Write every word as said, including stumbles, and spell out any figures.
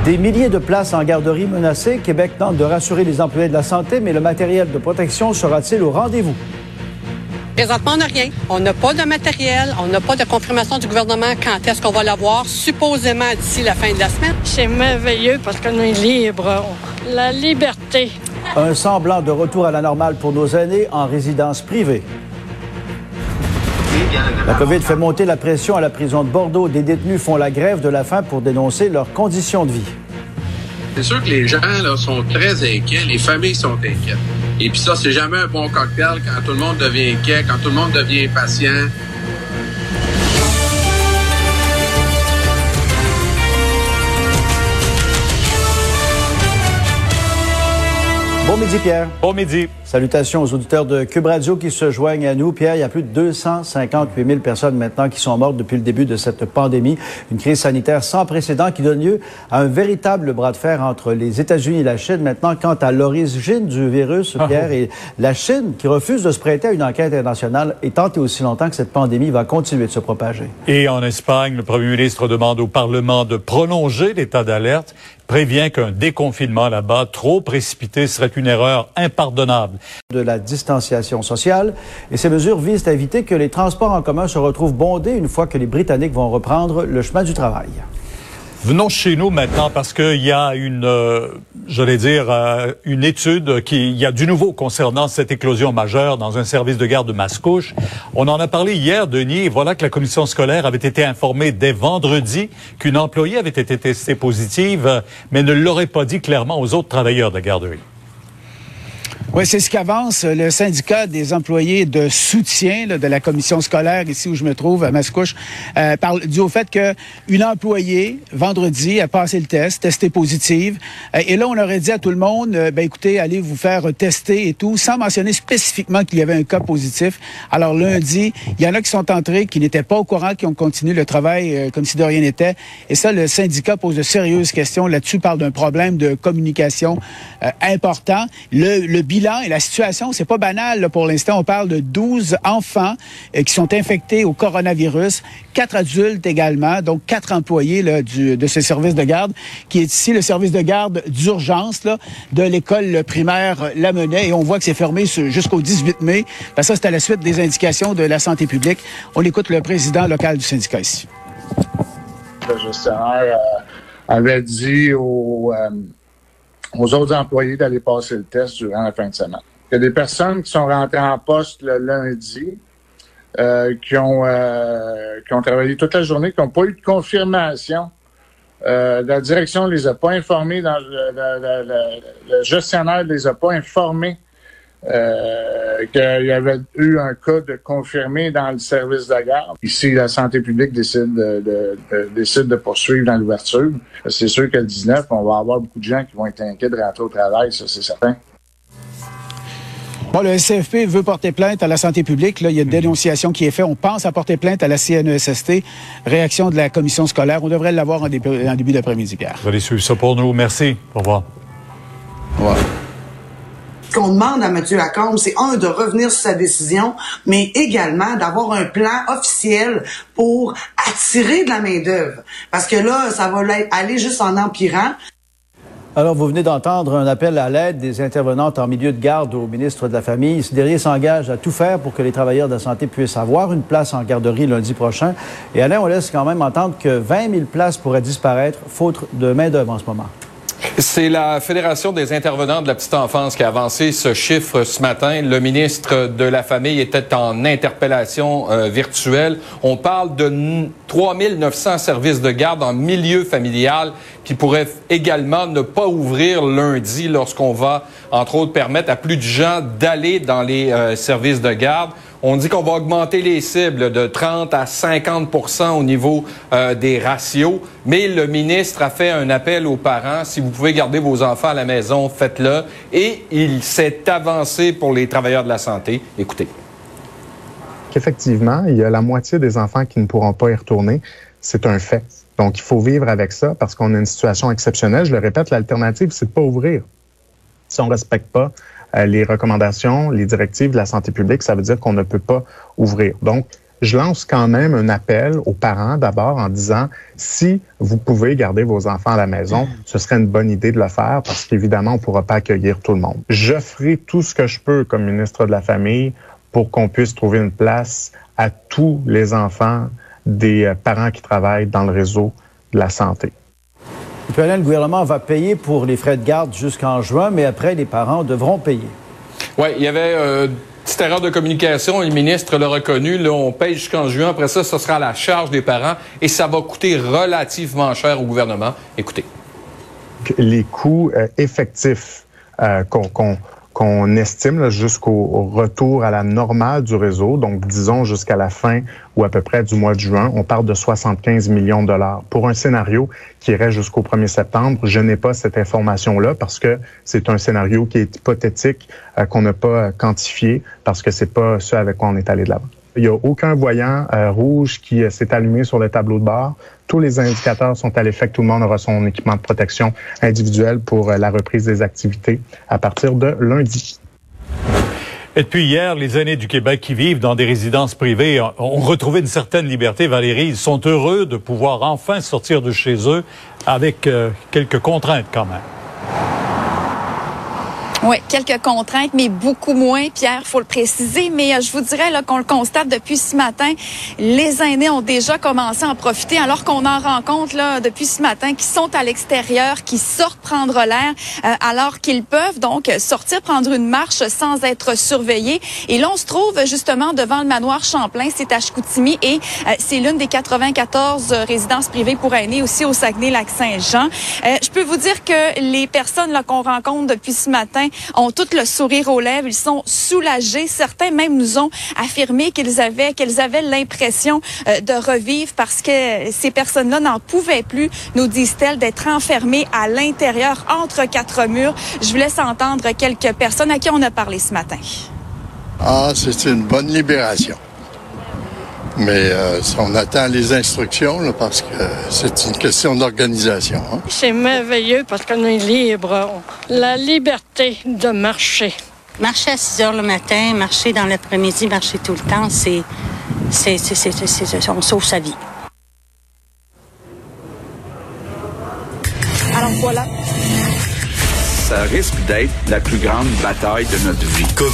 Des milliers de places en garderie menacées. Québec tente de rassurer les employés de la santé, mais le matériel de protection sera-t-il au rendez-vous? Présentement, on n'a rien. On n'a pas de matériel. On n'a pas de confirmation du gouvernement quand est-ce qu'on va l'avoir, supposément d'ici la fin de la semaine. C'est merveilleux parce qu'on est libre. La liberté. Un semblant de retour à la normale pour nos aînés en résidence privée. La COVID fait monter la pression à la prison de Bordeaux. Des détenus font la grève de la faim pour dénoncer leurs conditions de vie. C'est sûr que les gens là, sont très inquiets, les familles sont inquiètes. Et puis ça, c'est jamais un bon cocktail quand tout le monde devient inquiet, quand tout le monde devient impatient. Bon midi, Pierre. Bon midi. Salutations aux auditeurs de Cube Radio qui se joignent à nous. Pierre, il y a plus de deux cent cinquante-huit mille personnes maintenant qui sont mortes depuis le début de cette pandémie. Une crise sanitaire sans précédent qui donne lieu à un véritable bras de fer entre les États-Unis et la Chine. Maintenant, quant à l'origine du virus, Pierre, et la Chine qui refuse de se prêter à une enquête internationale et tant et aussi longtemps que cette pandémie va continuer de se propager. Et en Espagne, le premier ministre demande au Parlement de prolonger l'état d'alerte, prévient qu'un déconfinement là-bas trop précipité serait une erreur impardonnable. De la distanciation sociale. Et ces mesures visent à éviter que les transports en commun se retrouvent bondés une fois que les Britanniques vont reprendre le chemin du travail. Venons chez nous maintenant parce qu'il y a une, euh, j'allais dire, euh, une étude qui, il y a du nouveau concernant cette éclosion majeure dans un service de garde de Mascouche. On en a parlé hier, Denis, et voilà que la commission scolaire avait été informée dès vendredi qu'une employée avait été testée positive, mais ne l'aurait pas dit clairement aux autres travailleurs de la garderie. Oui, c'est ce qu'avance le syndicat des employés de soutien là, de la commission scolaire, ici où je me trouve, à Mascouche, euh, parle, dû au fait qu'une employée, vendredi, a passé le test, testé positive, euh, et là, on aurait dit à tout le monde, euh, ben écoutez, allez vous faire tester et tout, sans mentionner spécifiquement qu'il y avait un cas positif. Alors lundi, il y en a qui sont entrés, qui n'étaient pas au courant, qui ont continué le travail euh, comme si de rien n'était, et ça, le syndicat pose de sérieuses questions là-dessus, parle d'un problème de communication euh, important. Le, le bilan et la situation, c'est pas banal là, pour l'instant. On parle de douze enfants euh, qui sont infectés au coronavirus, quatre adultes également, donc quatre employés là, du, de ce service de garde, qui est ici le service de garde d'urgence là, de l'école primaire Lamennais. Et on voit que c'est fermé jusqu'au dix-huit mai. Ben, ça, c'est à la suite des indications de la santé publique. On écoute le président local du syndicat ici. Le gestionnaire euh, avait dit aux... Euh, aux autres employés d'aller passer le test durant la fin de semaine. Il y a des personnes qui sont rentrées en poste le lundi, euh, qui ont euh, qui ont travaillé toute la journée, qui n'ont pas eu de confirmation. Euh, la direction ne les a pas informés, dans le, le, le, le gestionnaire ne les a pas informés euh, qu'il y avait eu un cas de confirmé dans le service de garde. Ici, la santé publique décide de, de, de, décide de poursuivre dans l'ouverture. C'est sûr que le dix-neuf, on va avoir beaucoup de gens qui vont être inquiets de rentrer au travail, ça c'est certain. Bon, le S C F P veut porter plainte à la santé publique. Là, il y a une dénonciation qui est faite. On pense à porter plainte à la C N E S S T. Réaction de la commission scolaire. On devrait l'avoir en, début, en début d'après-midi, Pierre. Vous allez suivre ça pour nous. Merci. Au revoir. Au revoir. Ce qu'on demande à M. Lacombe, c'est un, de revenir sur sa décision, mais également d'avoir un plan officiel pour attirer de la main-d'œuvre. Parce que là, ça va aller juste en empirant. Alors, vous venez d'entendre un appel à l'aide des intervenantes en milieu de garde au ministre de la Famille. Ce dernier s'engage à tout faire pour que les travailleurs de la santé puissent avoir une place en garderie lundi prochain. Et Alain, on laisse quand même entendre que vingt mille places pourraient disparaître, faute de main-d'œuvre en ce moment. C'est la Fédération des intervenants de la petite enfance qui a avancé ce chiffre ce matin. Le ministre de la Famille était en interpellation euh, virtuelle. On parle de trois mille neuf cents services de garde en milieu familial qui pourraient également ne pas ouvrir lundi lorsqu'on va, entre autres, permettre à plus de gens d'aller dans les euh, services de garde. On dit qu'on va augmenter les cibles de trente à cinquante pour cent au niveau euh, des ratios, mais le ministre a fait un appel aux parents. Si vous pouvez garder vos enfants à la maison, faites-le. Et il s'est avancé pour les travailleurs de la santé. Écoutez. Effectivement, il y a la moitié des enfants qui ne pourront pas y retourner. C'est un fait. Donc, il faut vivre avec ça parce qu'on a une situation exceptionnelle. Je le répète, l'alternative, c'est de pas ouvrir. Si on respecte pas les recommandations, les directives de la santé publique, ça veut dire qu'on ne peut pas ouvrir. Donc, je lance quand même un appel aux parents d'abord en disant, si vous pouvez garder vos enfants à la maison, ce serait une bonne idée de le faire parce qu'évidemment, on ne pourra pas accueillir tout le monde. Je ferai tout ce que je peux comme ministre de la Famille pour qu'on puisse trouver une place à tous les enfants des parents qui travaillent dans le réseau de la santé. Et puis, Alain, le gouvernement va payer pour les frais de garde jusqu'en juin, mais après, les parents devront payer. Oui, il y avait euh, petite erreur de communication, le ministre l'a reconnu. Là, on paye jusqu'en juin. Après ça, ce sera à la charge des parents et ça va coûter relativement cher au gouvernement. Écoutez. Les coûts euh, effectifs euh, qu'on... qu'on qu'on estime là, jusqu'au retour à la normale du réseau, donc disons jusqu'à la fin ou à peu près du mois de juin, on parle de soixante-quinze millions de dollars. Pour un scénario qui irait jusqu'au premier septembre, je n'ai pas cette information-là parce que c'est un scénario qui est hypothétique, euh, qu'on n'a pas quantifié parce que c'est pas ce avec quoi on est allé de l'avant. Il n'y a aucun voyant euh, rouge qui euh, s'est allumé sur le tableau de bord. Tous les indicateurs sont à l'effet que tout le monde aura son équipement de protection individuel pour euh, la reprise des activités à partir de lundi. Et depuis hier, les aînés du Québec qui vivent dans des résidences privées ont retrouvé une certaine liberté. Valérie, ils sont heureux de pouvoir enfin sortir de chez eux avec euh, quelques contraintes quand même. Oui, quelques contraintes, mais beaucoup moins, Pierre, faut le préciser. Mais euh, je vous dirais là qu'on le constate depuis ce matin, les aînés ont déjà commencé à en profiter, alors qu'on en rencontre là depuis ce matin qui sont à l'extérieur, qui sortent prendre l'air, euh, alors qu'ils peuvent donc sortir prendre une marche sans être surveillés. Et là, on se trouve justement devant le manoir Champlain, c'est à Chicoutimi, et euh, c'est l'une des quatre-vingt-quatorze résidences privées pour aînés aussi au Saguenay-Lac-Saint-Jean. Euh, je peux vous dire que les personnes là qu'on rencontre depuis ce matin ont tout le sourire aux lèvres, ils sont soulagés. Certains même nous ont affirmé qu'ils avaient qu'ils avaient l'impression euh, de revivre parce que ces personnes-là n'en pouvaient plus, nous disent-elles, d'être enfermées à l'intérieur entre quatre murs. Je vous laisse entendre quelques personnes à qui on a parlé ce matin. Ah, c'est une bonne libération. Mais euh, on attend les instructions là, parce que c'est une question d'organisation. Hein. C'est merveilleux parce qu'on est libre. La liberté de marcher. Marcher à six heures le matin, marcher dans l'après-midi, marcher tout le temps, c'est, c'est, c'est, c'est, c'est, c'est on sauve sa vie. Alors voilà. Ça risque d'être la plus grande bataille de notre vie.